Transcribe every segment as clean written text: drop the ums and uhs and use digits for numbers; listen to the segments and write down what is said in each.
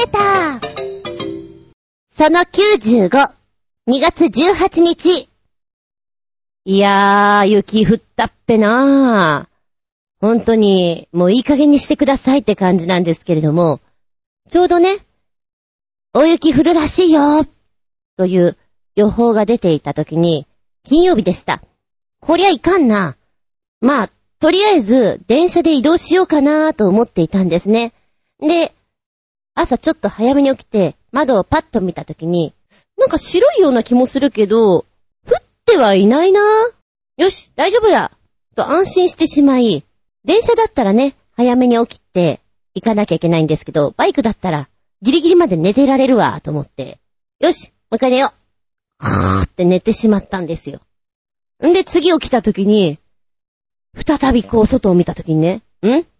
タその95、2月18日。いやー、雪降ったっぺなー。本当に、もういい加減にしてくださいって感じなんですけれども、ちょうどね、大雪降るらしいよ、という予報が出ていた時に、金曜日でした。こりゃいかんな。まあ、とりあえず、電車で移動しようかなと思っていたんですね。で、朝ちょっと早めに起きて、窓をパッと見た時に、なんか白いような気もするけど、降ってはいないな。よし、大丈夫だ。と安心してしまい、電車だったらね、早めに起きて行かなきゃいけないんですけど、バイクだったらギリギリまで寝てられるわと思って、よし、もう一回寝よう。はーって寝てしまったんですよ。んで次起きた時に、再びこう外を見た時にね、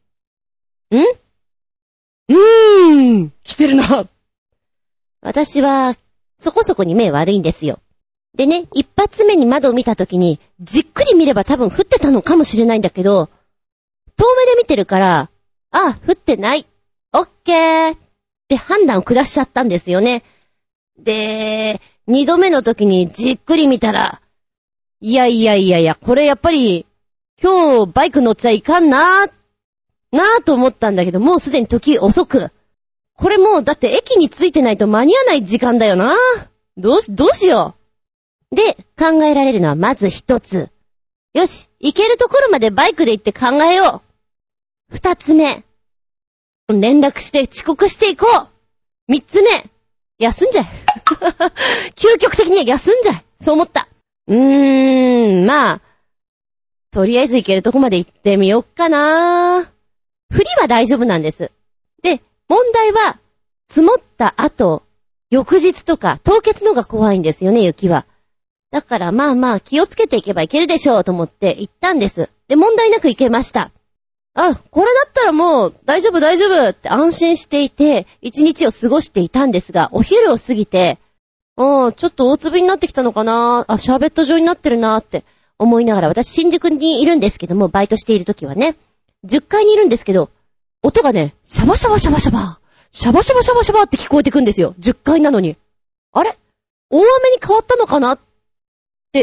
来てるな。私はそこそこに目悪いんですよ。でね、一発目に窓を見た時に、じっくり見れば多分降ってたのかもしれないんだけど、遠目で見てるから、あ、降ってない。オッケーって判断を下しちゃったんですよね。で、二度目の時にじっくり見たら、いや、これやっぱり、今日バイク乗っちゃいかんなと思ったんだけど、もうすでに時遅く。これもうだって駅に着いてないと間に合わない時間だよな。どうしよう。で、考えられるのはまず一つ。よし、行けるところまでバイクで行って考えよう。二つ目。連絡して遅刻していこう。三つ目。休んじゃえ。究極的には休んじゃえ。そう思った。まあ、とりあえず行けるとこまで行ってみよっかな。降りは大丈夫なんです。で、問題は、積もった後、翌日とか、凍結のが怖いんですよね、雪は。だからまあ気をつけていけばいけるでしょうと思って行ったんです。で、問題なく行けました。あ、これだったらもう大丈夫って安心していて、一日を過ごしていたんですが、お昼を過ぎて、ちょっと大粒になってきたのかな、シャーベット状になってるなって思いながら、私新宿にいるんですけども、バイトしている時はね、10階にいるんですけど、音がね、シャバシャバって聞こえてくんですよ。10階なのに。あれ？大雨に変わったのかなって、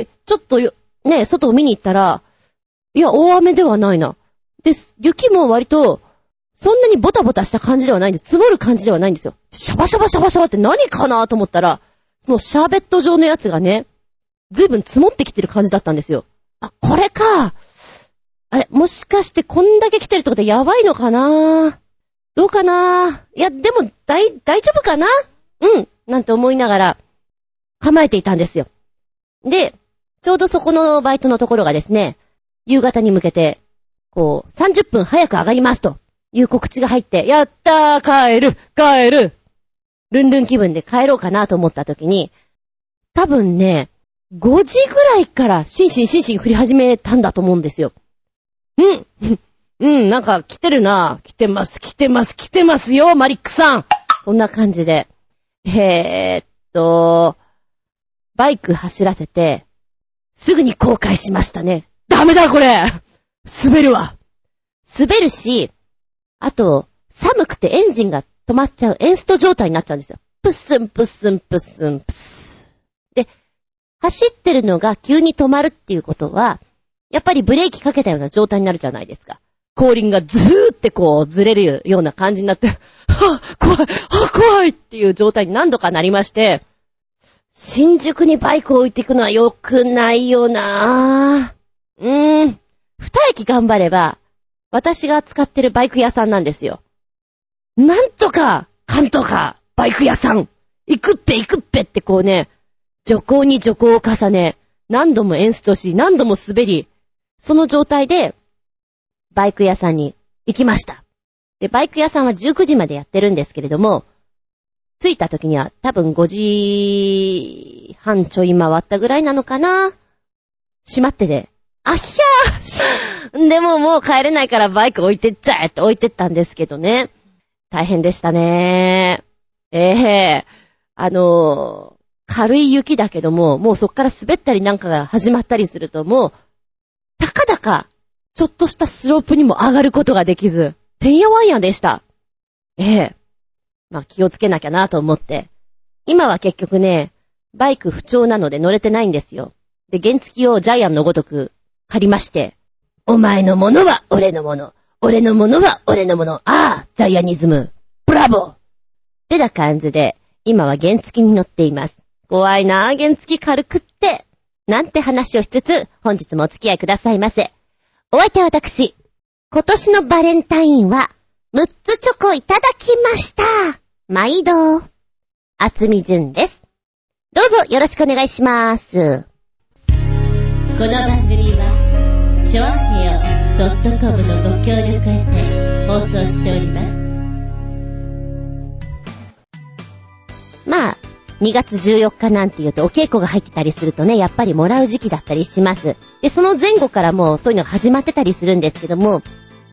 ちょっとね、外を見に行ったら、いや、大雨ではないな。で、雪も割と、そんなにボタボタした感じではないんです。積もる感じではないんですよ。シャバシャバって何かなと思ったら、そのシャーベット状のやつがね、ずいぶん積もってきてる感じだったんですよ。あ、これか。あれ、もしかしてこんだけ来てるってことはやばいのかな？どうかな？いや、でも、大丈夫かな？なんて思いながら、構えていたんですよ。で、ちょうどそこのバイトのところがですね、夕方に向けて、こう、30分早く上がりますという告知が入って、やったー、帰るルンルン気分で帰ろうかなと思った時に、多分ね、5時ぐらいからシンシン降り始めたんだと思うんですよ。なんか来てるな。来てますよ、マリックさん。そんな感じで。バイク走らせて、すぐに後悔しましたね。ダメだこれ！滑るし、あと、寒くてエンジンが止まっちゃうエンスト状態になっちゃうんですよ。プッスン。で、走ってるのが急に止まるっていうことは、やっぱりブレーキかけたような状態になるじゃないですか。後輪がずーってこうずれるような感じになって、怖いっていう状態に何度かなりまして、新宿にバイクを置いていくのは良くないよなぁ。2駅頑張れば、私が使ってるバイク屋さんなんですよ。なんとか、バイク屋さん、行くっぺってこうね、徐行に徐行を重ね、何度もエンストし、何度も滑り、その状態で、バイク屋さんに行きました。で、バイク屋さんは19時までやってるんですけれども、着いた時には多分5時半ちょい回ったぐらいなのかな。閉まってて、あひゃーでももう帰れないからバイク置いてっちゃえって置いてったんですけどね。大変でしたね。軽い雪だけども、もうそっから滑ったりなんかが始まったりするともう、たかだか、ちょっとしたスロープにも上がることができず、てんやわんやでした。 まあ気をつけなきゃなと思って。今は結局ね、バイク不調なので乗れてないんですよ。で、原付をジャイアンのごとく借りまして、お前のものは俺のもの、俺のものは俺のもの、ああ、ジャイアニズム、ブラボーってな感じで、今は原付に乗っています。怖いなあ、原付軽くって。なんて話をしつつ、本日もお付き合いくださいませ。お相手は私。今年のバレンタインは、6つチョコいただきました。毎度。厚み純です。どうぞよろしくお願いします。この番組は、ちょあへよ .com のご協力を得て放送しております。まあ、2月14日なんて言うとお稽古が入ってたりするとね、やっぱりもらう時期だったりします。で、その前後からもうそういうのが始まってたりするんですけども、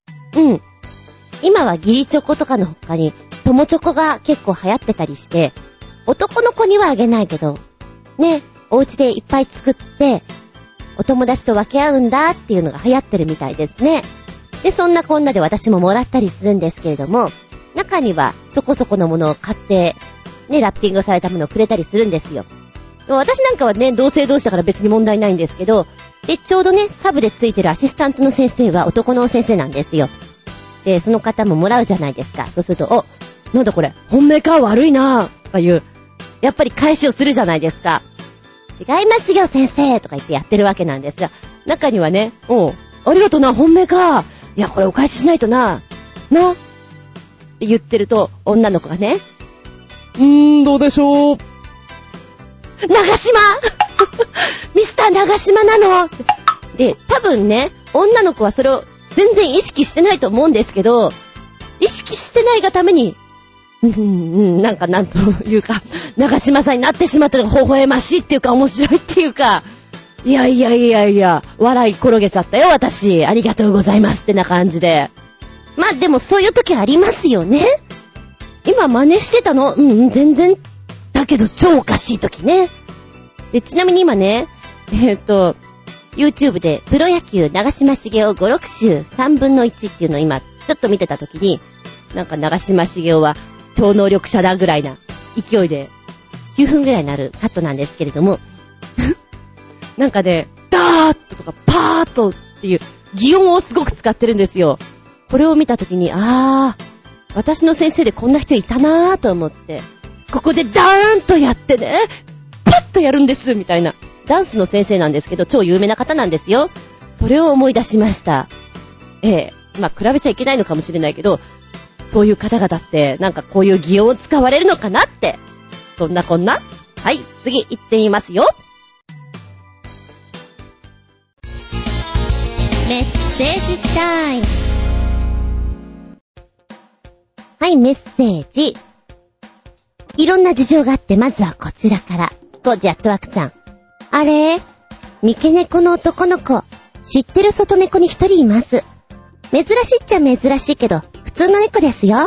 今は義理チョコとかの他に、友チョコが結構流行ってたりして、男の子にはあげないけど、ね、お家でいっぱい作って、お友達と分け合うんだっていうのが流行ってるみたいですね。で、そんなこんなで私ももらったりするんですけれども、中にはそこそこのものを買って、ね、ラッピングされたものをくれたりするんですよ。私なんかはね、同性同士だから別に問題ないんですけど、で、ちょうどね、サブでついてるアシスタントの先生は男の先生なんですよ。で、その方ももらうじゃないですか。そうすると、なんだこれ、本命か悪いなとかいう、やっぱり返しをするじゃないですか。違いますよ先生とか言ってやってるわけなんですが、中にはね、ありがとな、本命か。いや、これお返ししないとな。って言ってると、女の子がね、どうでしょう。長島ミスター長島なので、多分ね、女の子はそれを全然意識してないと思うんですけど、意識してないがために、なんかなんというか、長島さんになってしまったのが微笑ましいっていうか面白いっていうか、いや、笑い転げちゃったよ私、ありがとうございますってな感じで。まあでもそういう時ありますよね。今真似してたの？全然。だけど超おかしい時ね。で、ちなみに今ね、YouTube でプロ野球長嶋茂雄5、6週3分の1っていうのを今ちょっと見てた時に、なんか長嶋茂雄は超能力者だぐらいな勢いで9分ぐらいになるカットなんですけれども、なんかね、ダーッとかパーッとっていう擬音をすごく使ってるんですよ。これを見た時に、私の先生でこんな人いたなぁと思って、ここでダーンとやってね、パッとやるんですみたいな。ダンスの先生なんですけど、超有名な方なんですよ。それを思い出しました。まあ比べちゃいけないのかもしれないけど、そういう方々ってなんかこういう擬音を使われるのかなって。そんなこんな。はい、次行ってみますよ。メッセージタイム。はい、メッセージ。いろんな事情があって、まずはこちらから。ゴジアットワークさん。あれ？三毛猫の男の子。知ってる外猫に一人います。珍しいっちゃ珍しいけど、普通の猫ですよ。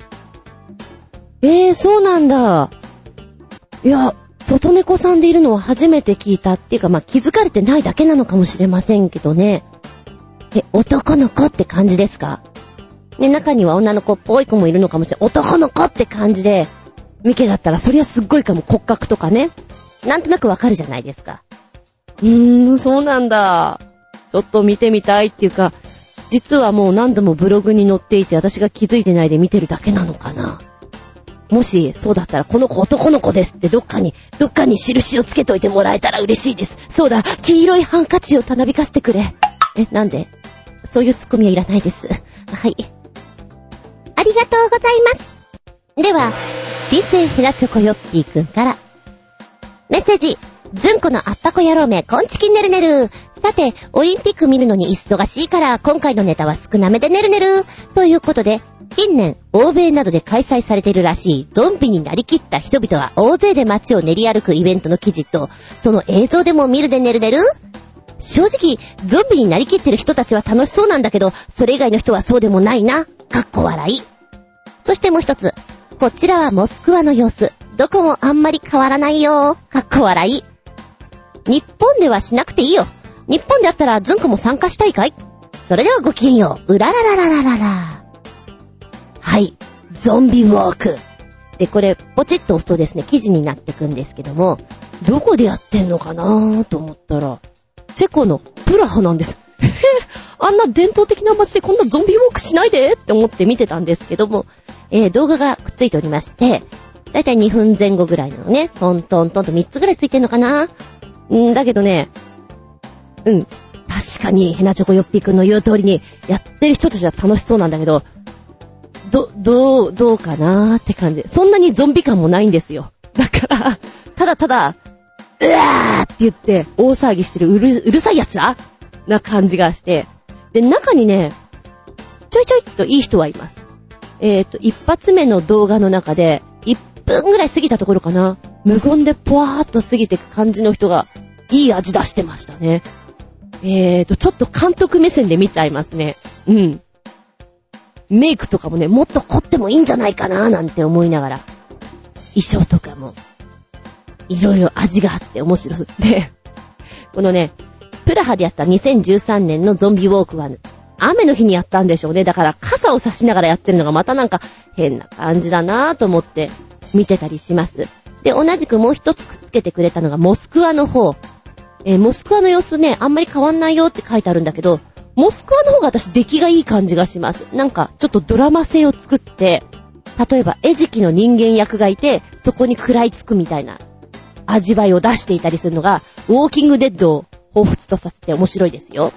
そうなんだ。いや、外猫さんでいるのは初めて聞いたっていうか、まあ、気づかれてないだけなのかもしれませんけどね。男の子って感じですか？ね、中には女の子っぽい子もいるのかもしれない。男の子って感じで、ミケだったらそりゃすっごいかも、骨格とかね。なんとなくわかるじゃないですか。そうなんだ。ちょっと見てみたいっていうか、実はもう何度もブログに載っていて、私が気づいてないで見てるだけなのかな。もしそうだったら、この子男の子ですってどっかに印をつけといてもらえたら嬉しいです。そうだ、黄色いハンカチをたなびかせてくれ。なんで？そういうツッコミはいらないです。はい。ありがとうございます。では、新生ヘナチョコヨッピーくんからメッセージ。ずんこのあっぱこ野郎め、こんちきねるねる。さて、オリンピック見るのに忙しいから、今回のネタは少なめでねるねる。ということで、近年、欧米などで開催されているらしい、ゾンビになりきった人々は大勢で街を練り歩くイベントの記事と、その映像でも見るでねるねる。正直、ゾンビになりきってる人たちは楽しそうなんだけど、それ以外の人はそうでもないな。かっこ笑い。そしてもう一つ、こちらはモスクワの様子。どこもあんまり変わらないよ。かっこ笑い。日本ではしなくていいよ。日本であったらズンコも参加したいかい？それではごきげんよう。うららららららら。はい。ゾンビウォーク。 で、これ、ポチッと押すとですね、記事になってくんですけども、どこでやってんのかなーと思ったら、チェコのプラハなんです。あんな伝統的な街でこんなゾンビウォークしないでって思って見てたんですけども、動画がくっついておりまして、だいたい2分前後ぐらいのね、トントントンと3つぐらいついてんのかな。だけどね、確かにヘナチョコヨッピーくんの言う通りにやってる人たちは楽しそうなんだけど、どうかなーって感じ。そんなにゾンビ感もないんですよ。だから、ただただ、うわーって言って大騒ぎしてるうるさいやつらな感じがして、で、中にね、ちょいちょいっといい人はいます。一発目の動画の中で、1分ぐらい過ぎたところかな。無言でポワーっと過ぎていく感じの人が、いい味出してましたね。ちょっと監督目線で見ちゃいますね。メイクとかもね、もっと凝ってもいいんじゃないかななんて思いながら、衣装とかも、いろいろ味があって面白そう。で、このね、プラハでやった2013年のゾンビウォークは、雨の日にやったんでしょうね。だから傘を差しながらやってるのがまたなんか変な感じだなぁと思って見てたりします。で、同じくもう一つくっつけてくれたのがモスクワの方。モスクワの様子ね、あんまり変わんないよって書いてあるんだけど、モスクワの方が私出来がいい感じがします。なんかちょっとドラマ性を作って、例えば餌食の人間役がいて、そこに食らいつくみたいな味わいを出していたりするのが、ウォーキングデッドを彷彿とさせて面白いですよ。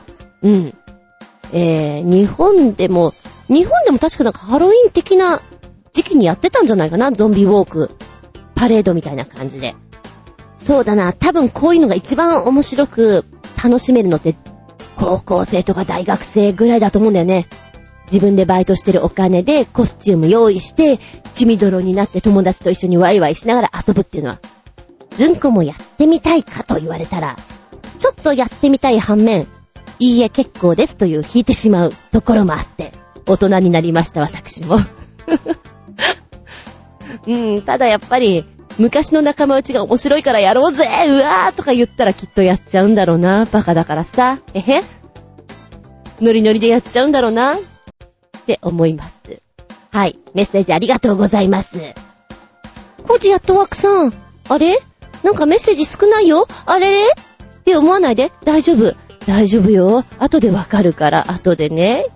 日本でも確かなんかハロウィン的な時期にやってたんじゃないかな、ゾンビウォーク。パレードみたいな感じで。そうだな、多分こういうのが一番面白く楽しめるのって、高校生とか大学生ぐらいだと思うんだよね。自分でバイトしてるお金でコスチューム用意して、血みどろになって友達と一緒にワイワイしながら遊ぶっていうのは、ずんこもやってみたいかと言われたら、ちょっとやってみたい反面、いいえ結構ですという引いてしまうところもあって、大人になりました私も。ただやっぱり、昔の仲間内が面白いからやろうぜうわーとか言ったらきっとやっちゃうんだろうな。バカだからさ。ノリノリでやっちゃうんだろうな。って思います。はい。メッセージありがとうございます。コジやっとワークさん。あれ？なんかメッセージ少ないよ。あれれ？って思わないで。大丈夫よ。後でわかるから。後でね。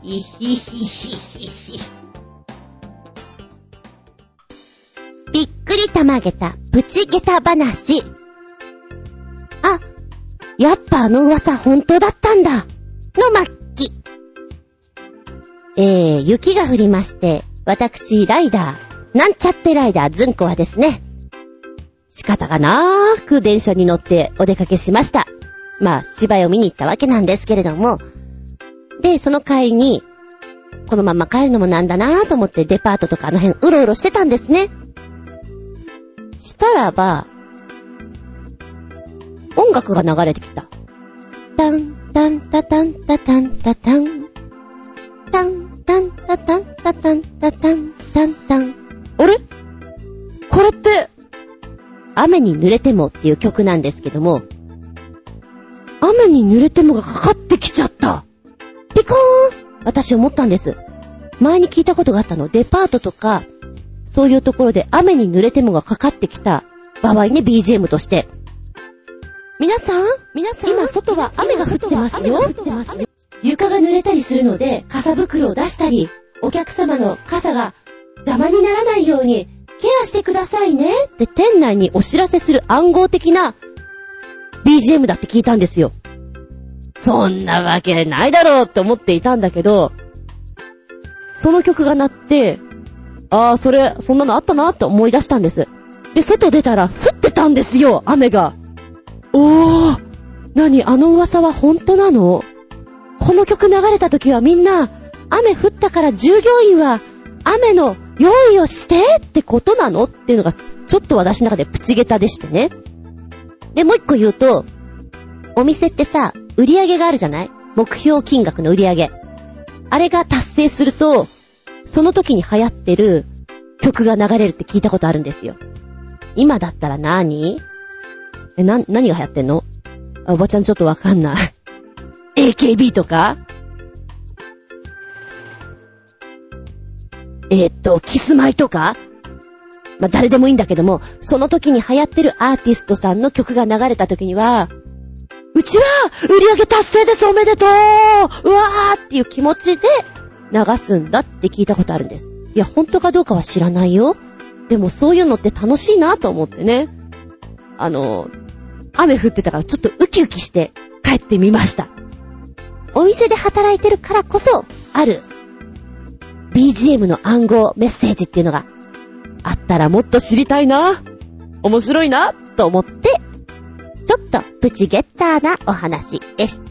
びっくりたまげたプチゲタ話。あ、やっぱあの噂本当だったんだ。の末期。雪が降りまして、私ライダー、なんちゃってライダーずんこはですね、仕方がなく電車に乗ってお出かけしました。まあ芝居を見に行ったわけなんですけれども、でその帰りにこのまま帰るのもなんだなと思ってデパートとかあの辺うろうろしてたんですね。したらば、音楽が流れてきた。タンタンタタンタタンタタン。タンタンタタンタタンタタンタンタン。あれ？これって、雨に濡れてもっていう曲なんですけども、雨に濡れてもがかかってきちゃった。ピコーン！私思ったんです。前に聞いたことがあったの。デパートとか、そういうところで雨に濡れてもがかかってきた場合ね、BGM として。皆さん、今外は雨が降ってますよ。床が濡れたりするので、傘袋を出したり、お客様の傘が邪魔にならないようにケアしてくださいねって店内にお知らせする暗号的な BGM だって聞いたんですよ。そんなわけないだろうって思っていたんだけど、その曲が鳴って、そんなのあったなって思い出したんです。で、外出たら降ってたんですよ、雨が。何、あの噂は本当なの？この曲流れた時はみんな、雨降ったから従業員は雨の用意をしてってことなのっていうのが、ちょっと私の中でプチゲタでしてね。で、もう一個言うと、お店ってさ、売り上げがあるじゃない？目標金額の売り上げ。あれが達成すると、その時に流行ってる曲が流れるって聞いたことあるんですよ。今だったら何が流行ってんの？おばちゃんちょっとわかんない。AKB とか？キスマイとか？ まあ誰でもいいんだけども、その時に流行ってるアーティストさんの曲が流れた時には、うちは売り上げ達成です、おめでとう、うわーっていう気持ちで流すんだって聞いたことあるんです。いや、本当かどうかは知らないよ。でもそういうのって楽しいなと思ってね。雨降ってたからちょっとウキウキして帰ってみました。お店で働いてるからこそある BGM の暗号メッセージっていうのがあったらもっと知りたいな、面白いなと思って、ちょっとプチゲッターなお話でした。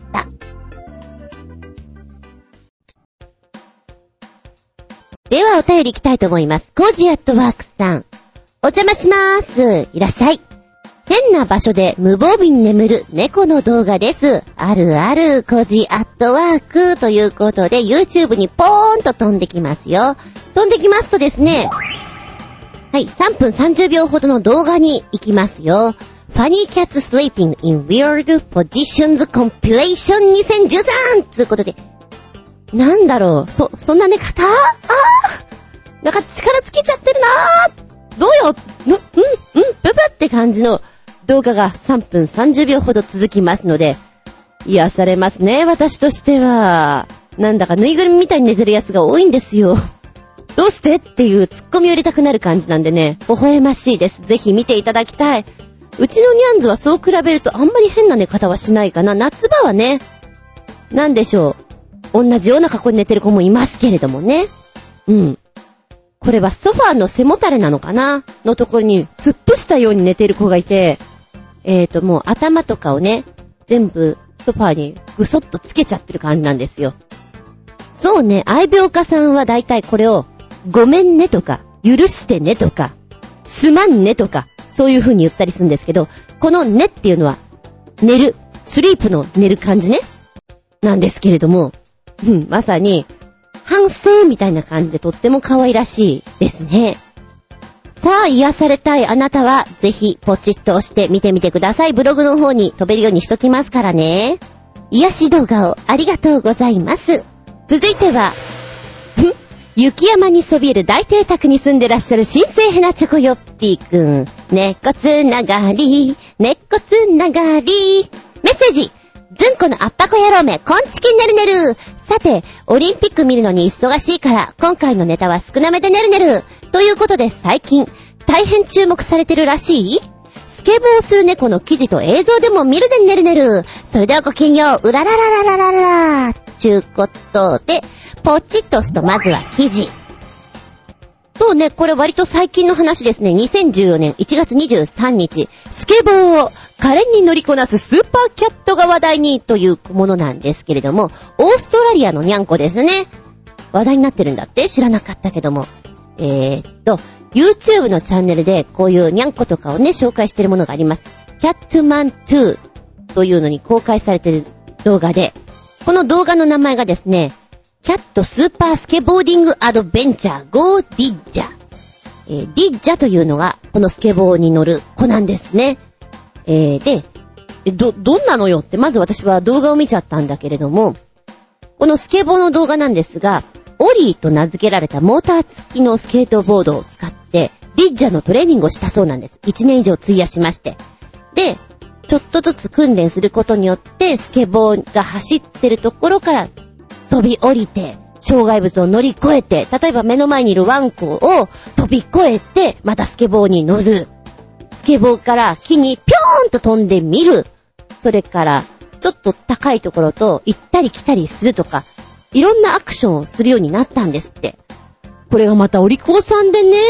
ではお便り行きたいと思います。コージアットワークさん、お邪魔しまーす。いらっしゃい。変な場所で無防備に眠る猫の動画です。あるあるコジアットワークということで YouTube にポーンと飛んできますよ。飛んできますとですね、はい、3分30秒ほどの動画に行きますよ。Funny Cats Sleeping in Weird Positions Compilation 2013ということで、なんだろう、そんな寝方？なんか力つけちゃってるなー。どうよ、ブブって感じの動画が3分30秒ほど続きますので、癒されますね、私としては。なんだかぬいぐるみみたいに寝てるやつが多いんですよ。どうしてっていうツッコミを入れたくなる感じなんでね、微笑ましいです。ぜひ見ていただきたい。うちのニャンズはそう比べるとあんまり変な寝方はしないかな。夏場はね、なんでしょう、同じような格好に寝てる子もいますけれどもね。うん。これはソファーの背もたれなのかなのところに突っ伏したように寝てる子がいて、もう頭とかをね、全部ソファーにぐそっとつけちゃってる感じなんですよ。そうね、愛病家さんはだいたいこれをごめんねとか許してねとかすまんねとかそういう風に言ったりするんですけど、このねっていうのは寝る、スリープの寝る感じねなんですけれども、まさに反省みたいな感じでとっても可愛らしいですね。さあ、癒されたいあなたはぜひポチッと押して見てみてください。ブログの方に飛べるようにしときますからね。癒し動画をありがとうございます。続いては雪山にそびえる大邸宅に住んでらっしゃる新生ヘナチョコヨッピーくん。猫つながり、猫つながり。メッセージ。ずんこのあっぱこ野郎め、こんちきねるねる。さて、オリンピック見るのに忙しいから、今回のネタは少なめでねるねる。ということで最近、大変注目されてるらしいスケボーをする猫の記事と映像でも見るでねるねる。それではごきげんよう、うららららららら。ちゅうことで、ポチッと押すとまずは記事。そうね、これ割と最近の話ですね。2014年1月23日、スケボーを可憐に乗りこなすスーパーキャットが話題にというものなんですけれども、オーストラリアのニャンコですね。話題になってるんだって知らなかったけども。YouTube のチャンネルでこういうニャンコとかをね、紹介しているものがあります。キャットマン2というのに公開されている動画で、この動画の名前がですね、キャットスーパースケボーディングアドベンチャーゴーディッジャ。ディッジャというのがこのスケボーに乗る子なんですね。で、どんなのよってまず私は動画を見ちゃったんだけれども、このスケボーの動画なんですが、オリーと名付けられたモーター付きのスケートボードを使ってディッジャのトレーニングをしたそうなんです。1年以上費やしまして。で、ちょっとずつ訓練することによってスケボーが走ってるところから飛び降りて、障害物を乗り越えて、例えば目の前にいるワンコを飛び越えて、またスケボーに乗る。スケボーから木にピョーンと飛んでみる。それから、ちょっと高いところと行ったり来たりするとか、いろんなアクションをするようになったんですって。これがまたお利口さんでね。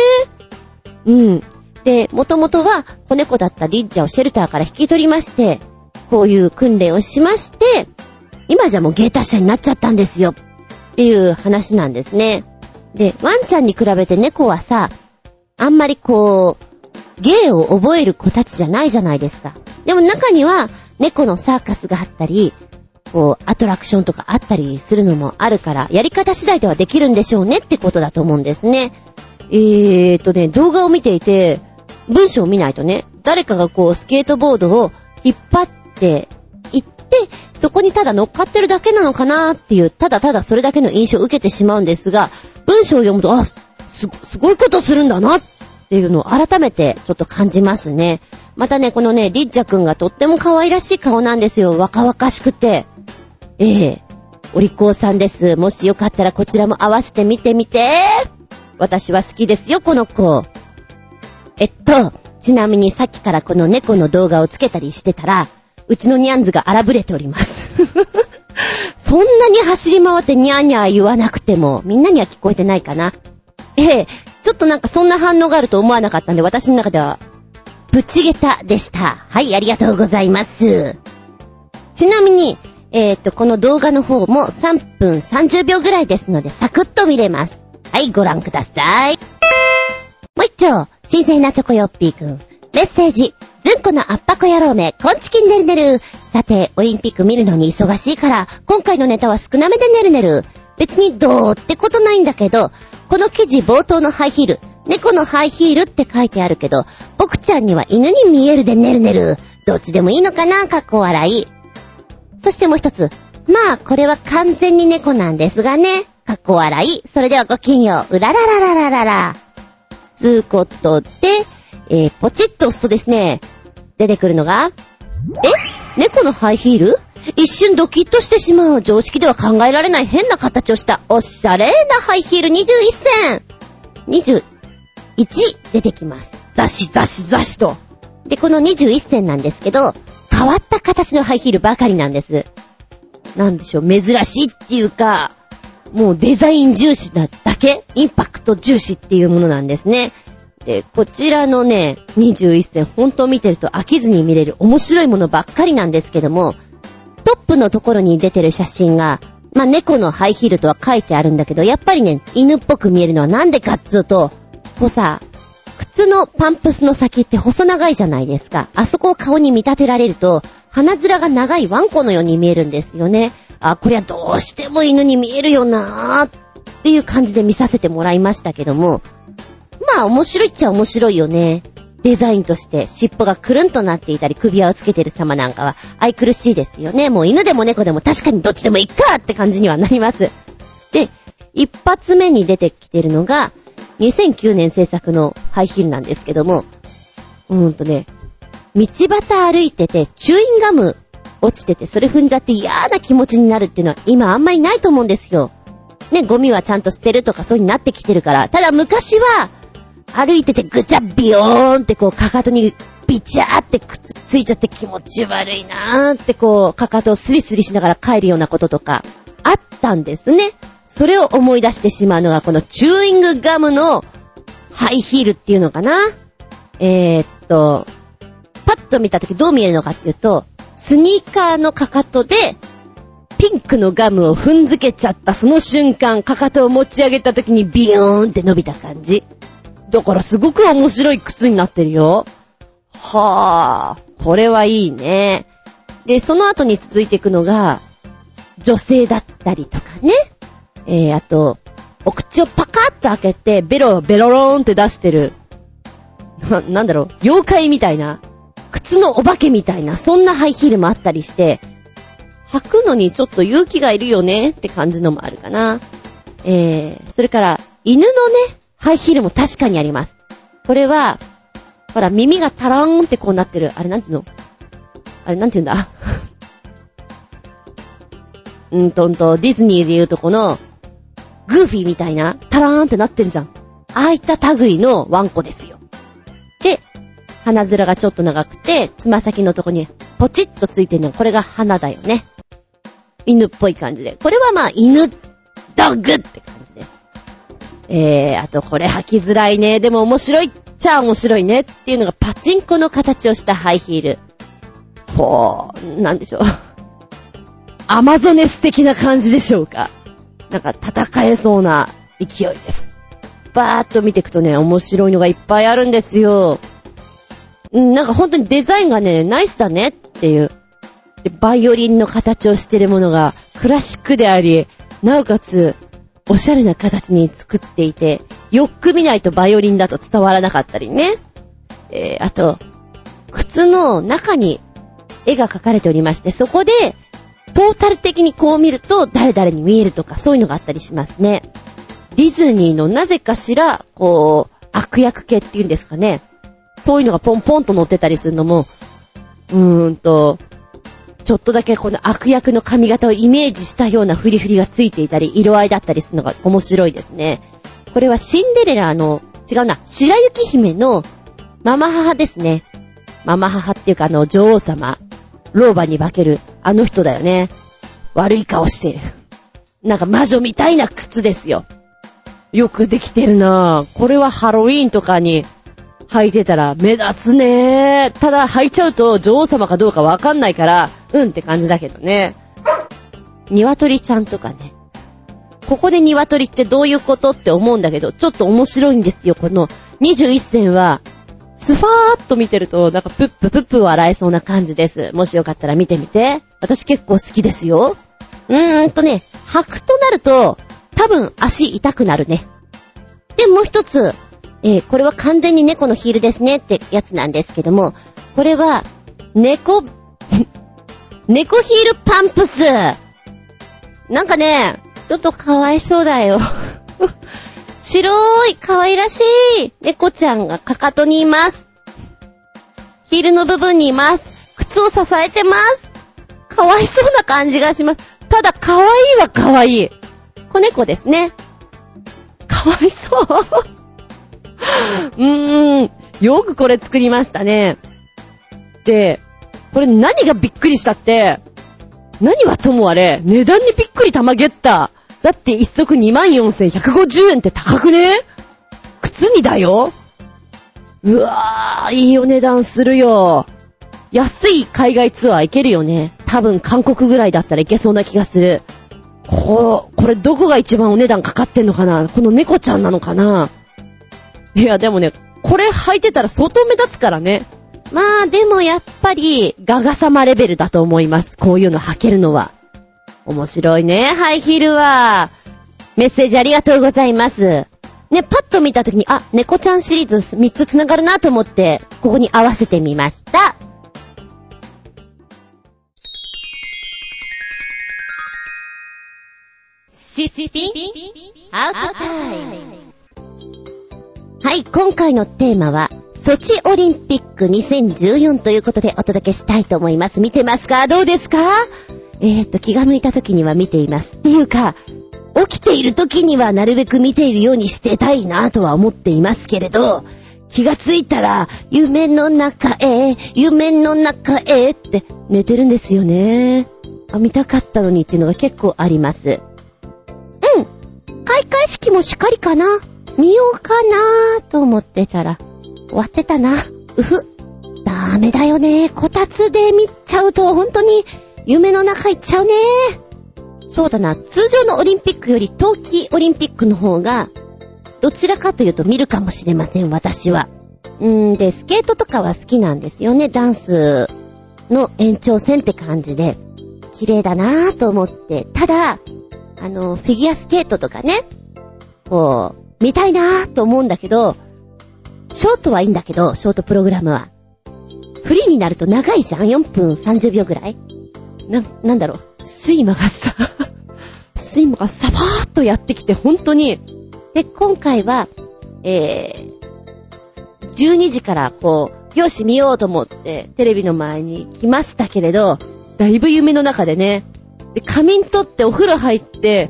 で、もともとは子猫だったディッジャをシェルターから引き取りまして、こういう訓練をしまして、今じゃもう芸達者になっちゃったんですよっていう話なんですね。で、ワンちゃんに比べて猫はさ、あんまりこう芸を覚える子たちじゃないじゃないですか。でも中には猫のサーカスがあったり、こうアトラクションとかあったりするのもあるから、やり方次第ではできるんでしょうねってことだと思うんですね。動画を見ていて文章を見ないとね、誰かがこうスケートボードを引っ張っていって、そこにただ乗っかってるだけなのかなっていう、ただただそれだけの印象を受けてしまうんですが、文章を読むと、すごいことするんだなっっていうのを改めてちょっと感じますね。またね、このね、リッチャくんがとっても可愛らしい顔なんですよ。若々しくて。お利口さんです。もしよかったらこちらも合わせて見てみて。私は好きですよ、この子。ちなみにさっきからこの猫の動画をつけたりしてたら、うちのニャンズが荒ぶれております。そんなに走り回ってニャーニャー言わなくても、みんなには聞こえてないかな。ちょっとなんかそんな反応があると思わなかったんで、私の中では、プチゲタでした。はい、ありがとうございます。ちなみに、この動画の方も3分30秒ぐらいですので、サクッと見れます。はい、ご覧ください。もう一丁、新鮮なチョコヨッピーくん。メッセージ。ずんこのあっぱこ野郎め、こんちきんねるねる。さて、オリンピック見るのに忙しいから、今回のネタは少なめでねるねる。別にどうってことないんだけど、この記事冒頭のハイヒール、猫のハイヒールって書いてあるけど、僕ちゃんには犬に見えるでねるねる。どっちでもいいのかな、かっこ笑い。そしてもう一つ。まあ、これは完全に猫なんですがね。かっこ笑い。それではごきんよう。うららららららら。つうことで、ポチッと押すとですね、出てくるのが、猫のハイヒール？一瞬ドキッとしてしまう。常識では考えられない変な形をしたおしゃれなハイヒール21選。21出てきます。ザシザシザシと。で、この21選なんですけど、変わった形のハイヒールばかりなんです。なんでしょう、珍しいっていうか、もうデザイン重視なだけ、インパクト重視っていうものなんですね。で、こちらのね、21選、本当見てると飽きずに見れる面白いものばっかりなんですけども、トップのところに出てる写真が、まあ、猫のハイヒールとは書いてあるんだけど、やっぱりね、犬っぽく見えるのはなんでかっつうと、こうさ、靴のパンプスの先って細長いじゃないですか。あそこを顔に見立てられると、鼻面が長いワンコのように見えるんですよね。これはどうしても犬に見えるよなーっていう感じで見させてもらいましたけども、まあ面白いっちゃ面白いよね。デザインとして尻尾がくるんとなっていたり首輪をつけてる様なんかは愛くるしいですよね。もう犬でも猫でも確かにどっちでもいいかって感じにはなります。で、一発目に出てきてるのが2009年制作のハイヒールなんですけども、道端歩いててチューインガム落ちててそれ踏んじゃって嫌な気持ちになるっていうのは今あんまりないと思うんですよ。ね、ゴミはちゃんと捨てるとかそういうになってきてるから。ただ昔は歩いててぐちゃビヨーンってこうかかとにビチャーってくっついちゃって気持ち悪いなーってこうかかとをスリスリしながら帰るようなこととかあったんですね。それを思い出してしまうのがこのチューイングガムのハイヒールっていうのかな。パッと見たときどう見えるのかっていうと、スニーカーのかかとでピンクのガムを踏んづけちゃったその瞬間、かかとを持ち上げたときにビヨーンって伸びた感じ。だからすごく面白い靴になってるよ。はぁ、これはいいね。で、その後に続いていくのが、女性だったりとかね。あと、お口をパカッと開けて、ベロローンって出してる。なんだろう、妖怪みたいな。靴のお化けみたいな、そんなハイヒールもあったりして、履くのにちょっと勇気がいるよねって感じのもあるかな。それから、犬のね、ハイヒールも確かにあります。これは、ほら、耳がタラーンってこうなってる。あれなんていうの？あれなんていうんだ？ディズニーでいうとこの、グーフィーみたいな、タラーンってなってんじゃん。ああいった類のワンコですよ。で、鼻面がちょっと長くて、つま先のとこにポチッとついてるの。これが鼻だよね。犬っぽい感じで。これはまあ、犬、ドッグって感じです。あとこれ履きづらいね。でも面白いっちゃ面白いねっていうのがパチンコの形をしたハイヒール。なんでしょう。アマゾネス的な感じでしょうか。なんか戦えそうな勢いです。バーっと見ていくとね、面白いのがいっぱいあるんですよ。なんか本当にデザインがね、ナイスだねっていう。でバイオリンの形をしてるものがクラシックであり、なおかつおしゃれな形に作っていて、よく見ないとバイオリンだと伝わらなかったりね。あと、靴の中に絵が描かれておりまして、そこで、トータル的にこう見ると誰々に見えるとかそういうのがあったりしますね。ディズニーのなぜかしら、こう、 悪役系っていうんですかね。そういうのがポンポンと乗ってたりするのも、ちょっとだけこの悪役の髪型をイメージしたようなフリフリがついていたり、色合いだったりするのが面白いですね。これはシンデレラの、白雪姫のママ母ですね。ママ母っていうか女王様。老婆に化けるあの人だよね。悪い顔してる。なんか魔女みたいな靴ですよ。よくできてるなぁ。これはハロウィーンとかに履いてたら目立つね。ただ履いちゃうと女王様かどうかわかんないから、って感じだけどね。鶏ちゃんとかね。ここで鶏ってどういうことって思うんだけど、ちょっと面白いんですよ。この21選は、スファーっと見てると、なんかプッププップ笑えそうな感じです。もしよかったら見てみて。私結構好きですよ。履くとなると、多分足痛くなるね。で、もう一つ、これは完全に猫のヒールですねってやつなんですけども、これは、猫ヒールパンプス。なんかね、ちょっとかわいそうだよ。白い可愛らしい猫ちゃんがかかとにいます。ヒールの部分にいます。靴を支えてます。かわいそうな感じがします。ただ可愛いは可愛い。子猫ですね。かわいそう。よくこれ作りましたね。で、これ何がびっくりしたって、何はともあれ、値段にびっくりたまげった。だって一足 24,150 円って高くね？靴にだよ？うわー、いいお値段するよ。安い海外ツアー行けるよね。多分韓国ぐらいだったら行けそうな気がする。これどこが一番お値段かかってんのかな？この猫ちゃんなのかな？いやでもね、これ履いてたら相当目立つからね。まあでもやっぱりガガ様レベルだと思います。こういうの履けるのは。面白いね、ハイヒールは。メッセージありがとうございます。ね、パッと見たときに、猫ちゃんシリーズ3つつながるなと思って、ここに合わせてみました。シスピンアウトタイム。はい、今回のテーマは、ソチオリンピック2014ということでお届けしたいと思います。見てますか？どうですか？気が向いた時には見ています。っていうか、起きている時にはなるべく見ているようにしてたいなとは思っていますけれど、気がついたら、夢の中へって寝てるんですよね。見たかったのにっていうのが結構あります。開会式もしっかりかな？見ようかなと思ってたら、終わってたな。ダメだよね。こたつで見ちゃうと本当に夢の中行っちゃうね。そうだな。通常のオリンピックより冬季オリンピックの方が、どちらかというと見るかもしれません、私は。で、スケートとかは好きなんですよね。ダンスの延長線って感じで、綺麗だなぁと思って。ただ、フィギュアスケートとかね、見たいなぁと思うんだけど、ショートはいいんだけど、ショートプログラムは。フリーになると長いじゃん？ 4 分30秒ぐらい？なんだろう。睡魔がサバーっとやってきて、本当に。で、今回は、12時からよし見ようと思って、テレビの前に来ましたけれど、だいぶ夢の中でね。で、仮眠取ってお風呂入って、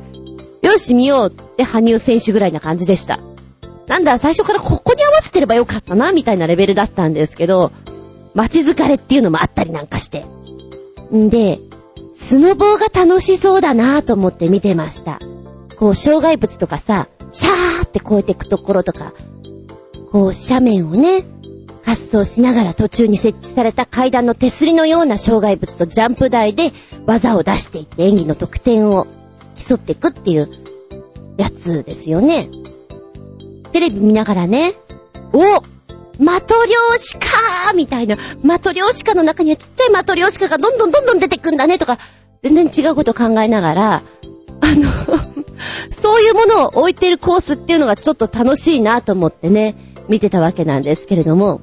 よし見ようって羽生選手ぐらいな感じでした。なんだ、最初からここに合わせてればよかったな、みたいなレベルだったんですけど、街疲れっていうのもあったりなんかして。んで、スノボーが楽しそうだなと思って見てました。障害物とかさ、シャーって越えていくところとか、斜面をね、滑走しながら途中に設置された階段の手すりのような障害物とジャンプ台で技を出していって演技の得点を競っていくっていうやつですよね。テレビ見ながらね、マトリョーシカーみたいな、マトリョーシカの中にはちっちゃいマトリョーシカがどんどん出てくんだねとか、全然違うことを考えながら、そういうものを置いてるコースっていうのがちょっと楽しいなと思ってね、見てたわけなんですけれども、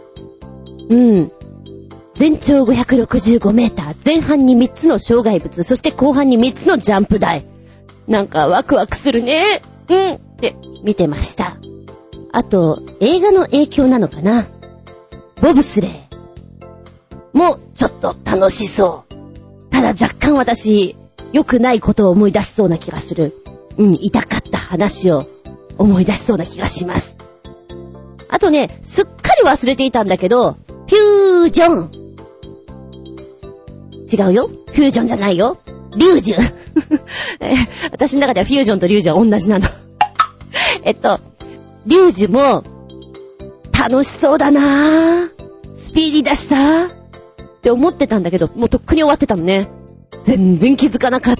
全長565メーター、前半に3つの障害物、そして後半に3つのジャンプ台。なんかワクワクするね。って見てました。 あと、映画の影響なのかな。ボブスレーもちょっと楽しそう。ただ若干私、良くないことを思い出しそうな気がする。痛かった話を思い出しそうな気がします。あとね、すっかり忘れていたんだけど、フュージョン。違うよ。フュージョンじゃないよ。リュージュ。私の中ではフュージョンとリュージュは同じなの。リュージュも楽しそうだなぁ。スピーディーだしさって思ってたんだけど、もうとっくに終わってたのね。全然気づかなかった。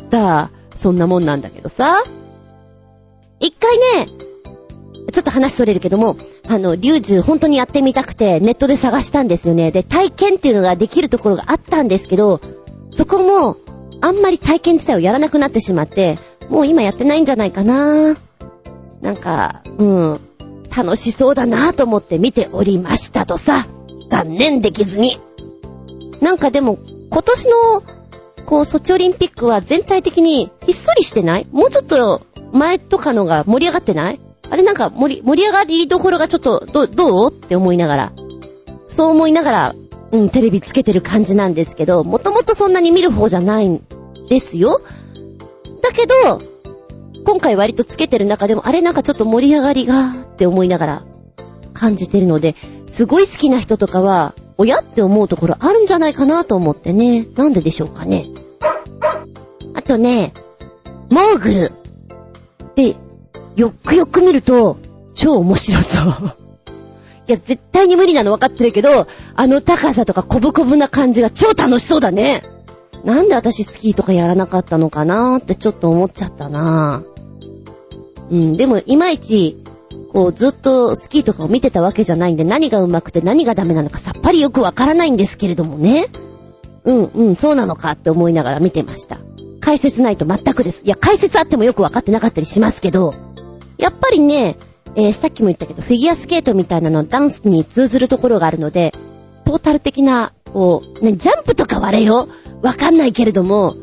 そんなもんなんだけどさ。一回ね、ちょっと話それるけども、リュージュ本当にやってみたくてネットで探したんですよね。で、体験っていうのができるところがあったんですけど、そこもあんまり体験自体をやらなくなってしまって、もう今やってないんじゃないかな。なんか、楽しそうだなと思って見ておりましたとさ。残念できずに。なんかでも今年のソチオリンピックは全体的にひっそりしてない？もうちょっと前とかのが盛り上がってない？あれなんか盛り上がりどころがちょっとどうって思いながら、そう思いながら、テレビつけてる感じなんですけど、もともとそんなに見る方じゃないんですよ。だけど今回割とつけてる中でもあれなんかちょっと盛り上がりがって思いながら感じてるので、すごい好きな人とかはおやって思うところあるんじゃないかなと思ってね。なんででしょうかね。あとね、モーグルでよくよく見ると超面白そう。いや絶対に無理なの分かってるけど、あの高さとかコブコブな感じが超楽しそうだね。なんで私スキーとかやらなかったのかなってちょっと思っちゃったな。でもいまいちずっとスキーとかを見てたわけじゃないんで、何が上手くて何がダメなのかさっぱりよくわからないんですけれどもね。そうなのかって思いながら見てました。解説ないと全くです。いや解説あってもよくわかってなかったりしますけど、やっぱりね、さっきも言ったけどフィギュアスケートみたいなのダンスに通ずるところがあるので、トータル的なジャンプとかはあれよ、わかんないけれども、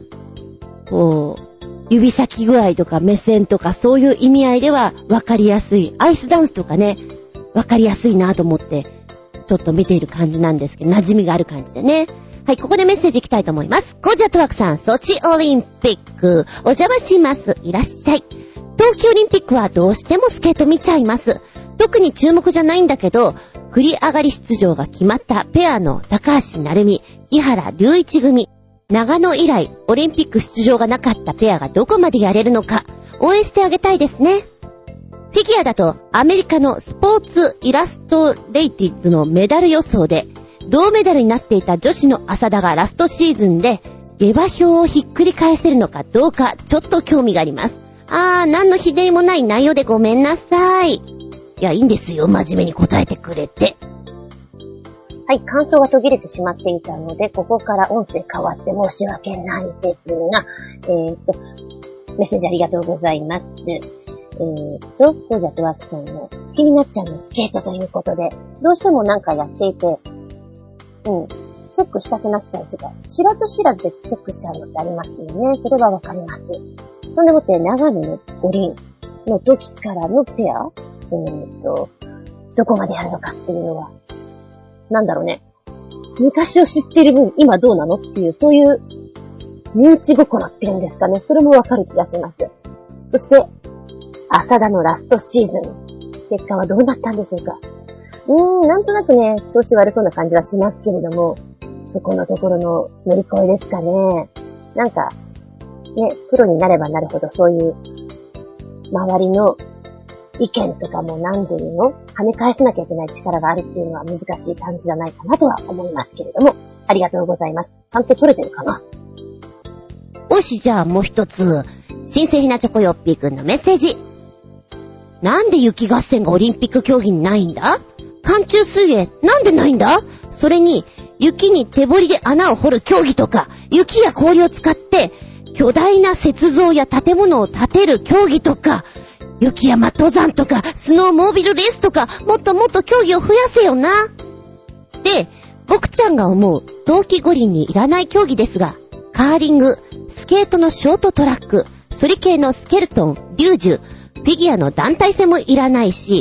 指先具合とか目線とかそういう意味合いではわかりやすい。アイスダンスとかね、わかりやすいなと思ってちょっと見ている感じなんですけど、馴染みがある感じでね。はい、ここでメッセージいきたいと思います。ゴージャットワークさん、ソチオリンピックお邪魔します。いらっしゃい。冬季オリンピックはどうしてもスケート見ちゃいます。特に注目じゃないんだけど、繰り上がり出場が決まったペアの高橋成美、木原隆一組、長野以来オリンピック出場がなかったペアがどこまでやれるのか応援してあげたいですね。フィギュアだとアメリカのスポーツイラストレイティッドのメダル予想で銅メダルになっていた女子の浅田がラストシーズンで下馬評をひっくり返せるのかどうかちょっと興味があります。何のひねりもない内容でごめんなさい。いや、いいんですよ。真面目に答えてくれて。はい、感想が途切れてしまっていたので、ここから音声変わって申し訳ないですが、メッセージありがとうございます。ゴージャットワークさんの気になっちゃうのスケートということで、どうしてもなんかやっていて、チェックしたくなっちゃうとか、知らず知らずでチェックしちゃうのってありますよね。それはわかります。そんでもって長野の五輪の時からのペア、どこまでやるのかっていうのは、なんだろうね。昔を知っている分、今どうなのっていう、そういう身内心っていうんですかね。それもわかる気がします。そして、浅田のラストシーズン。結果はどうなったんでしょうか。なんとなくね、調子悪そうな感じはしますけれども、そこのところの乗り越えですかね。なんか、ね、プロになればなるほどそういう周りの意見とかもなんでいうの跳ね返さなきゃいけない力があるっていうのは難しい感じじゃないかなとは思いますけれども、ありがとうございます。ちゃんと取れてるかな。もしじゃあもう一つ、新生ひなチョコヨッピーくんのメッセージ。なんで雪合戦がオリンピック競技にないんだ？寒中水泳なんでないんだ？それに雪に手彫りで穴を掘る競技とか、雪や氷を使って巨大な雪像や建物を建てる競技とか、雪山登山とかスノーモービルレースとか、もっともっと競技を増やせよな。で、僕ちゃんが思う冬季五輪にいらない競技ですが、カーリング、スケートのショートトラック、ソリ系のスケルトン、リュージュ、フィギュアの団体戦もいらないし、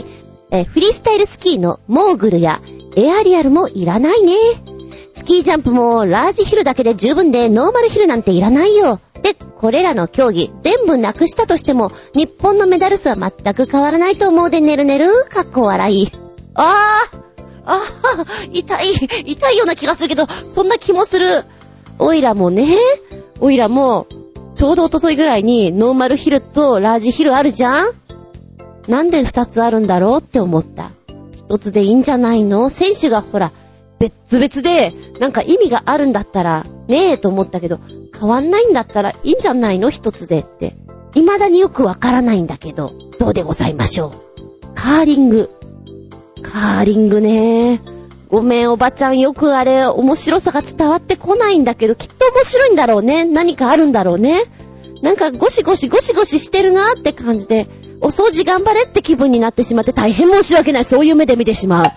フリースタイルスキーのモーグルやエアリアルもいらないね。スキージャンプもラージヒルだけで十分でノーマルヒルなんていらないよ。で、これらの競技全部なくしたとしても日本のメダル数は全く変わらないと思うでねるねる。かっこ笑い。痛いような気がするけど、そんな気もする。オイラもちょうど一昨日ぐらいにノーマルヒルとラージヒルあるじゃん。なんで2つあるんだろうって思った。1つでいいんじゃないの？選手がほら別々でなんか意味があるんだったらねえと思ったけど、変わんないんだったらいいんじゃないの1つでって。未だによくわからないんだけど、どうでございましょう。カーリングね。ごめんおばちゃん、よくあれ面白さが伝わってこないんだけど、きっと面白いんだろうね。何かあるんだろうね。なんかゴシゴシしてるなって感じで、お掃除頑張れって気分になってしまって大変申し訳ない。そういう目で見てしまう。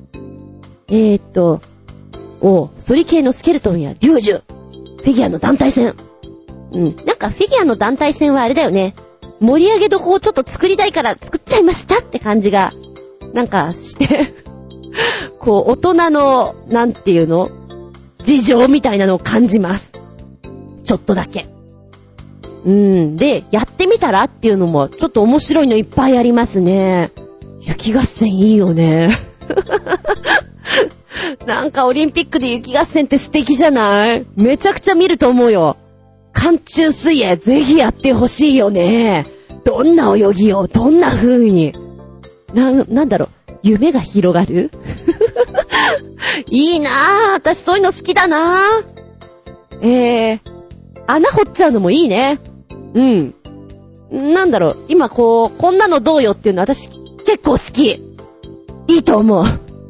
ソリ系のスケルトンやリュージュ、フィギュアの団体戦。なんかフィギュアの団体戦はあれだよね。盛り上げどこをちょっと作りたいから作っちゃいましたって感じがなんかしてこう大人のなんていうの事情みたいなのを感じます。ちょっとだけ。でやってみたらっていうのもちょっと面白いのいっぱいありますね。雪合戦いいよねなんかオリンピックで雪合戦って素敵じゃない？めちゃくちゃ見ると思うよ。寒中水泳ぜひやってほしいよね。どんな泳ぎをどんな風になんだろう、夢が広がるいいなぁ。私そういうの好きだなぁ。穴掘っちゃうのもいいね。なんだろう、今こんなのどうよっていうの私結構好き。いいと思う。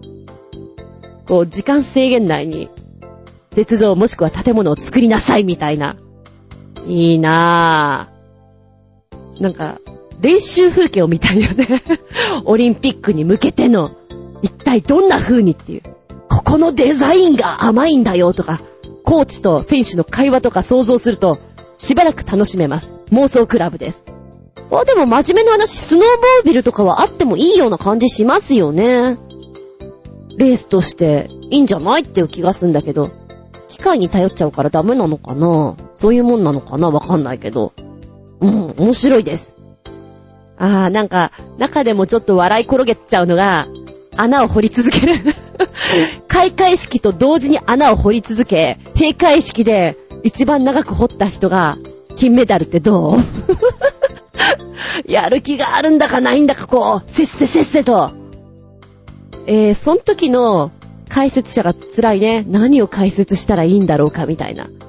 時間制限内に雪像もしくは建物を作りなさいみたいな。いいなぁ。なんか練習風景を見たいよねオリンピックに向けての一体どんな風にっていう、ここのデザインが甘いんだよとか、コーチと選手の会話とか想像するとしばらく楽しめます。妄想クラブです。でも真面目な話、スノーモービルとかはあってもいいような感じしますよね。レースとしていいんじゃないっていう気がするんだけど、機械に頼っちゃうからダメなのかな、そういうもんなのかな、わかんないけど、面白いです。なんか中でもちょっと笑い転げちゃうのが穴を掘り続ける開会式と同時に穴を掘り続け、閉会式で一番長く掘った人が金メダルってどうやる気があるんだかないんだかせっせと。その時の解説者が辛いね。何を解説したらいいんだろうかみたいな。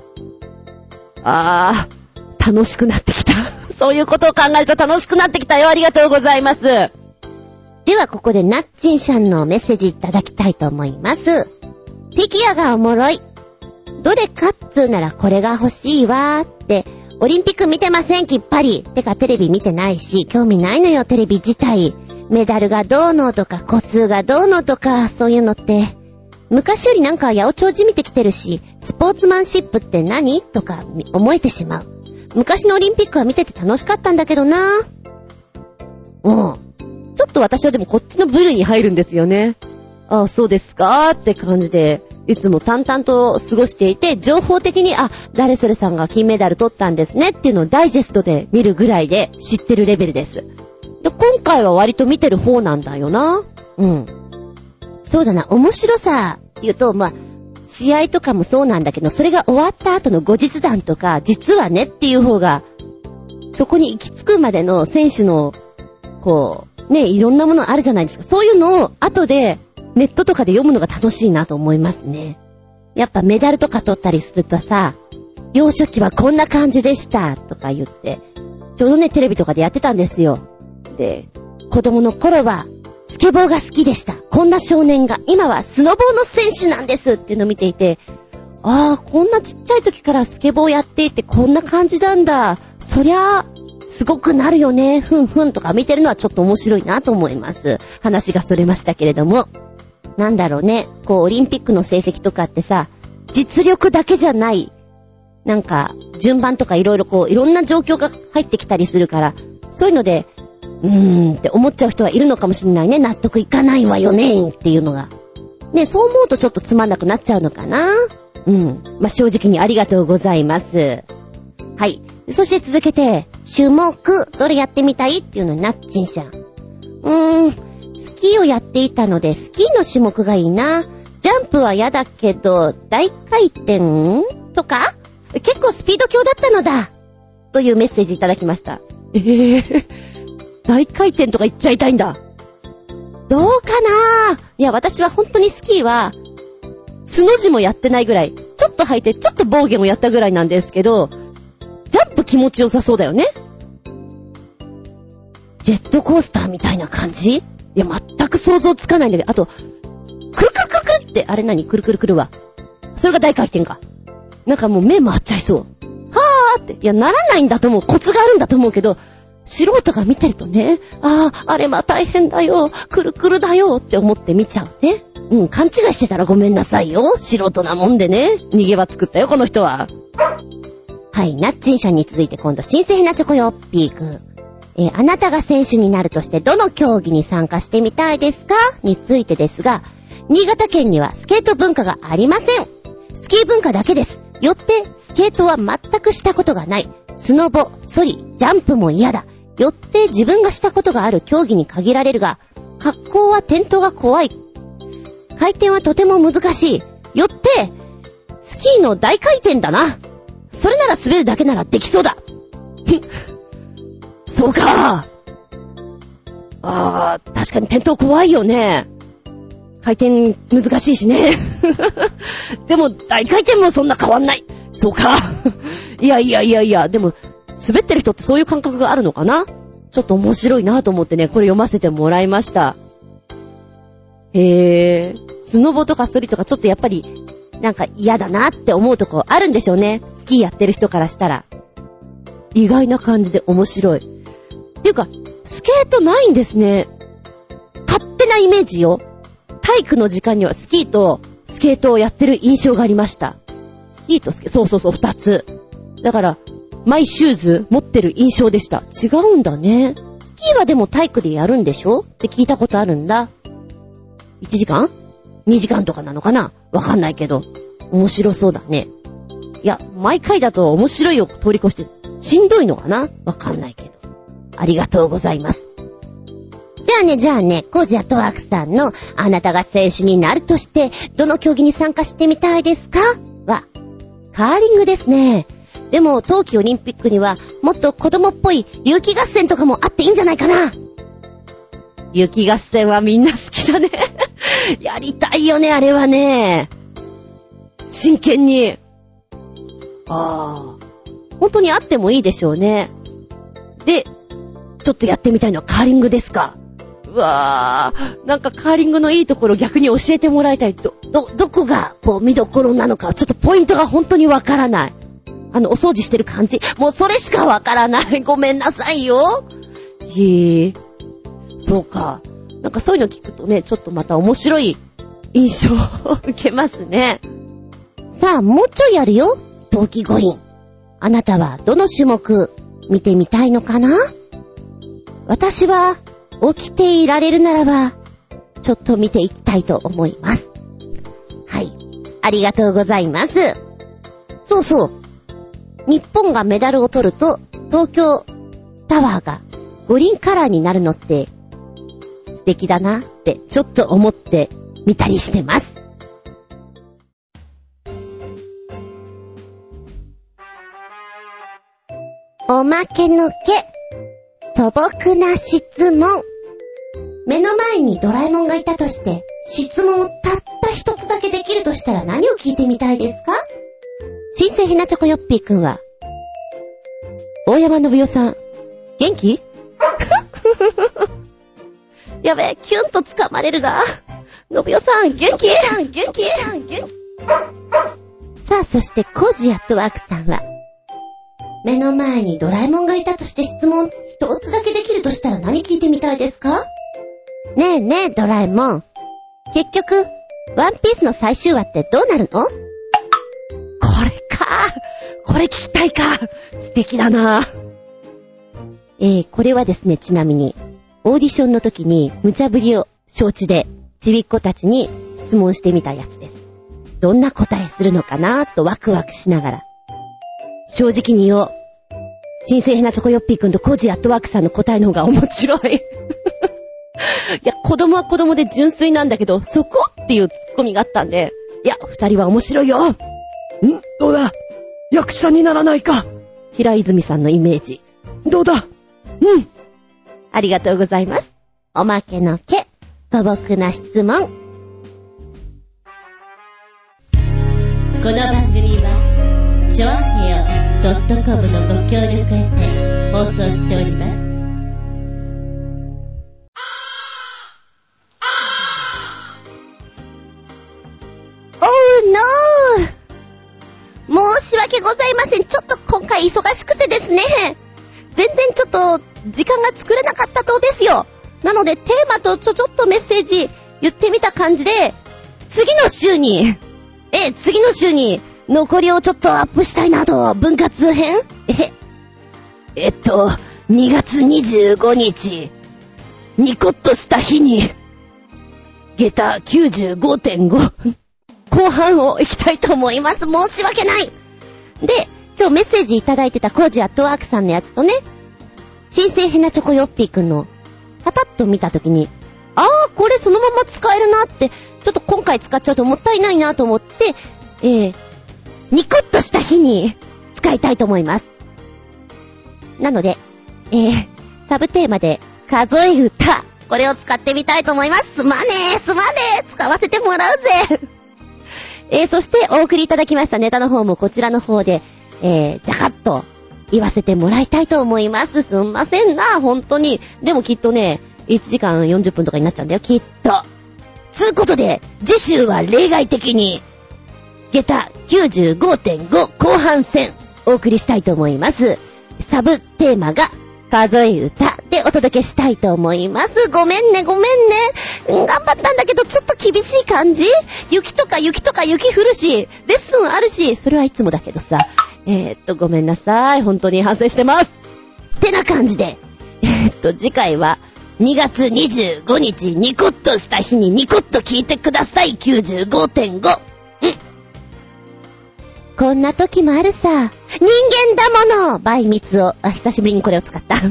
楽しくなってきたそういうことを考えると楽しくなってきたよ。ありがとうございます。ではここでナッチンさんのメッセージいただきたいと思います。フィギュアがおもろい。どれかっつうならこれが欲しいわーって。オリンピック見てませんきっぱり。てかテレビ見てないし興味ないのよ、テレビ自体。メダルがどうのとか個数がどうのとか、そういうのって昔よりなんか八百長じみてきてるし、スポーツマンシップって何とか思えてしまう。昔のオリンピックは見てて楽しかったんだけどな。ちょっと私はでもこっちの部類に入るんですよね。そうですかって感じでいつも淡々と過ごしていて、情報的に誰それさんが金メダル取ったんですねっていうのをダイジェストで見るぐらいで知ってるレベルです。で、今回は割と見てる方なんだよな。そうだな、面白さっていうと、試合とかもそうなんだけど、それが終わった後の後日談とか、実はねっていう方が、そこに行き着くまでの選手のいろんなものあるじゃないですか。そういうのを後でネットとかで読むのが楽しいなと思いますね。やっぱメダルとか取ったりするとさ、幼少期はこんな感じでしたとか言って、ちょうどねテレビとかでやってたんですよ。で、子供の頃はスケボーが好きでした。こんな少年が今はスノボーの選手なんですっていうのを見ていて、こんなちっちゃい時からスケボーやっていてこんな感じなんだ。そりゃすごくなるよね。ふんふんとか見てるのはちょっと面白いなと思います。話がそれましたけれども。なんだろうね。オリンピックの成績とかってさ、実力だけじゃない。なんか、順番とかいろいろいろんな状況が入ってきたりするから、そういうので、 って思っちゃう人はいるのかもしれないね。納得いかないわよねっていうのが。ね、そう思うとちょっとつまんなくなっちゃうのかな。まあ、正直にありがとうございます。はい。そして続けて、種目、どれやってみたいっていうのになっちんしゃん。スキーをやっていたので、スキーの種目がいいな。ジャンプは嫌だけど、大回転とか結構スピード強だったのだ。というメッセージいただきました。大回転とか言っちゃいたいんだ。どうかな。いや、私は本当にスキーは、スの字もやってないぐらい、ちょっと履いて、ちょっと暴言をやったぐらいなんですけど、ジャンプ気持ちよさそうだよね。ジェットコースターみたいな感じ？いや、全く想像つかないんだけど、あと、くるくるくるくるって、あれ何？くるくるくるは。それが大回転か。なんかもう目回っちゃいそう。はーって。いや、ならないんだと思う。コツがあるんだと思うけど、素人が見てるとね、あれは大変だよ、くるくるだよって思って見ちゃうね。勘違いしてたらごめんなさいよ。素人なもんでね。逃げ場作ったよ、この人は。はい、ナッチンシャンに続いて今度、新鮮なチョコヨッピーくん。あなたが選手になるとしてどの競技に参加してみたいですかについてですが、新潟県にはスケート文化がありません。スキー文化だけです。よってスケートは全くしたことがない。スノボ、ソリ、ジャンプも嫌だ。よって自分がしたことがある競技に限られるが、格好は転倒が怖い。回転はとても難しい。よってスキーの大回転だな。それなら滑るだけならできそうだ。そうか。確かに転倒怖いよね。回転難しいしね。でも大回転もそんな変わんない。そうか。いや、でも滑ってる人ってそういう感覚があるのかな。ちょっと面白いなと思ってね、これ読ませてもらいました。スノボとかソリとかちょっとやっぱりなんか嫌だなって思うとこあるんでしょうね。スキーやってる人からしたら。意外な感じで面白い。っていうか、スケートないんですね。勝手なイメージよ。体育の時間にはスキーとスケートをやってる印象がありました。スキーとスケート、そう、二つ。だから、マイシューズ持ってる印象でした。違うんだね。スキーはでも体育でやるんでしょって聞いたことあるんだ。1時間 ?2 時間とかなのかな、わかんないけど。面白そうだね。いや、毎回だと面白いを通り越してしんどいのかな、わかんないけど。ありがとうございます。じゃあね、コージアットワークさんのあなたが選手になるとしてどの競技に参加してみたいですかは、カーリングですね。でも冬季オリンピックにはもっと子供っぽい雪合戦とかもあっていいんじゃないかな。雪合戦はみんな好きだね。やりたいよね、あれはね。真剣に。本当にあってもいいでしょうね。で、ちょっとやってみたいのはカーリングですか。うわー、なんかカーリングのいいところ逆に教えてもらいたい。どこがこう見どころなのか、ちょっとポイントが本当にわからない。お掃除してる感じ、もうそれしかわからない。ごめんなさいよ。そうか。なんかそういうの聞くとね、ちょっとまた面白い印象を受けますね。さあ、もうちょいあるよ。冬季五輪。あなたはどの種目見てみたいのかな？私は起きていられるならばちょっと見ていきたいと思います。はい、ありがとうございます。そうそう、日本がメダルを取ると東京タワーが五輪カラーになるのって素敵だなってちょっと思ってみたりしてます。おまけのけ、素朴な質問。目の前にドラえもんがいたとして質問をたった一つだけできるとしたら何を聞いてみたいですか？新生ひなチョコヨッピーくんは、大山信代さん元気？やべえ、キュンと掴まれるな。信代さん元気？さあ、そしてコージアットワークさんは、目の前にドラえもんがいたとして質問一つだけできるとしたら何聞いてみたいですか？ねえドラえもん、結局ワンピースの最終話ってどうなるの？これ聞きたいか。素敵だな。これはですね、ちなみにオーディションの時に無茶ぶりを承知でちびっ子たちに質問してみたやつです。どんな答えするのかなとワクワクしながら。正直に言おう。新生ヘナチョコヨッピーくんとコージアットワークさんの答えの方が面白い。いや、子供は子供で純粋なんだけど、そこっていうツッコミがあったんで、いや、二人は面白いよ。どうだ、役者にならないか。平泉さんのイメージ。どうだ。ありがとうございます。おまけのけ、素朴な質問。この番組はちょあへよ .com のご協力へて放送しております。申し訳ございません。ちょっと今回忙しくてですね、全然ちょっと時間が作れなかったとですよ。なのでテーマとちょっとメッセージ言ってみた感じで、次の週に残りをちょっとアップしたいなと。分割編2月25日ニコッとした日に下駄 95.5 後半を行きたいと思います。申し訳ない。で、今日メッセージいただいてたコージアットワークさんのやつとね、新生ヘナチョコヨッピーくんのパタッと見たときに、これそのまま使えるなって、ちょっと今回使っちゃうともったいないなと思って、ニコッとした日に使いたいと思います。なので、サブテーマで数え歌、これを使ってみたいと思います。すまねえ、使わせてもらうぜ。そしてお送りいただきましたネタの方もこちらの方で、ざかっと言わせてもらいたいと思います。すんませんな、本当に。でもきっとね、1時間40分とかになっちゃうんだよ、きっと。つうことで、次週は例外的に、下駄 95.5 後半戦お送りしたいと思います。サブテーマが数え歌でお届けしたいと思います。ごめんね。頑張ったんだけどちょっと厳しい感じ。雪とか雪降るし、レッスンあるし、それはいつもだけどさ。ごめんなさい。本当に反省してます。ってな感じで、次回は2月25日ニコッとした日にニコッと聞いてください。 95.5。こんな時もあるさ。人間だもの。バイミツオ。久しぶりにこれを使った。はい。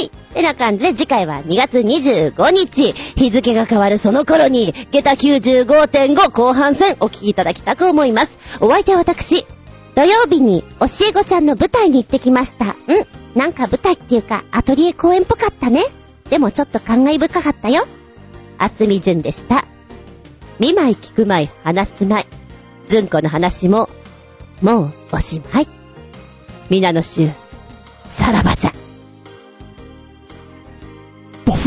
てな感じで次回は2月25日。日付が変わるその頃に、下駄 95.5 後半戦お聞きいただきたく思います。お相手は私。土曜日に教え子ちゃんの舞台に行ってきました。なんか舞台っていうかアトリエ公演っぽかったね。でもちょっと感慨深かったよ。厚み純でした。見舞い聞く舞い話す舞い。ずんこの話ももうおしまい。皆の衆さらばじゃ。ボフ。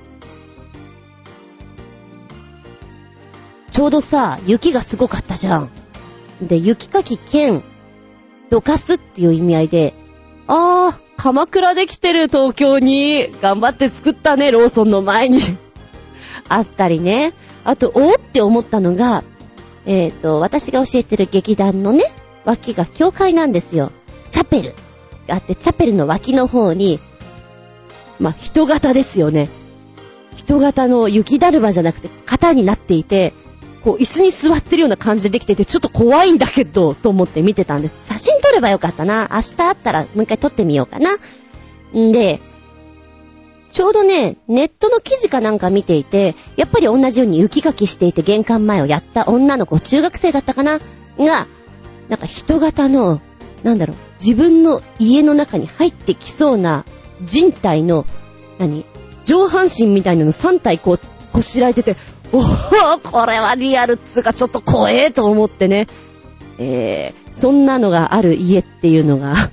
ちょうどさ、雪がすごかったじゃん。で、雪かき兼どかすっていう意味合いで、鎌倉できてる東京に頑張って作ったね、ローソンの前にあったりね。あとって思ったのが、私が教えてる劇団のね、脇が教会なんですよ。チャペルがあって、チャペルの脇の方に、人型ですよね。人型の雪だるまじゃなくて型になっていて、こう椅子に座ってるような感じでできてて、ちょっと怖いんだけどと思って見てたんで、写真撮ればよかったな。明日あったらもう一回撮ってみようかな。んで、ちょうどね、ネットの記事かなんか見ていて、やっぱり同じように雪かきしていて玄関前をやった女の子、中学生だったかなが、なんか人型の、自分の家の中に入ってきそうな人体の、上半身みたいなの3体こしらえてて、これはリアルっつうかちょっと怖えと思ってね。そんなのがある家っていうのが、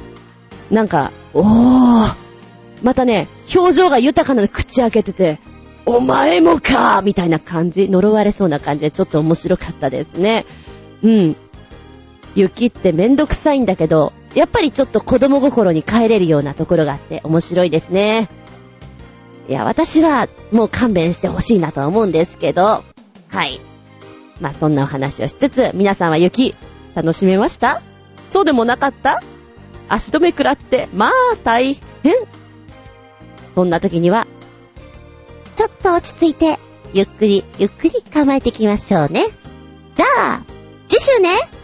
またね、表情が豊かな口開けてて、お前もかみたいな感じ、呪われそうな感じでちょっと面白かったですね。雪ってめんどくさいんだけど、やっぱりちょっと子供心に帰れるようなところがあって面白いですね。いや、私はもう勘弁してほしいなとは思うんですけど、はい。そんなお話をしつつ、皆さんは雪楽しめました？そうでもなかった？足止め食らって、大変。そんな時にはちょっと落ち着いて、ゆっくり構えていきましょうね。じゃあ、次週ね。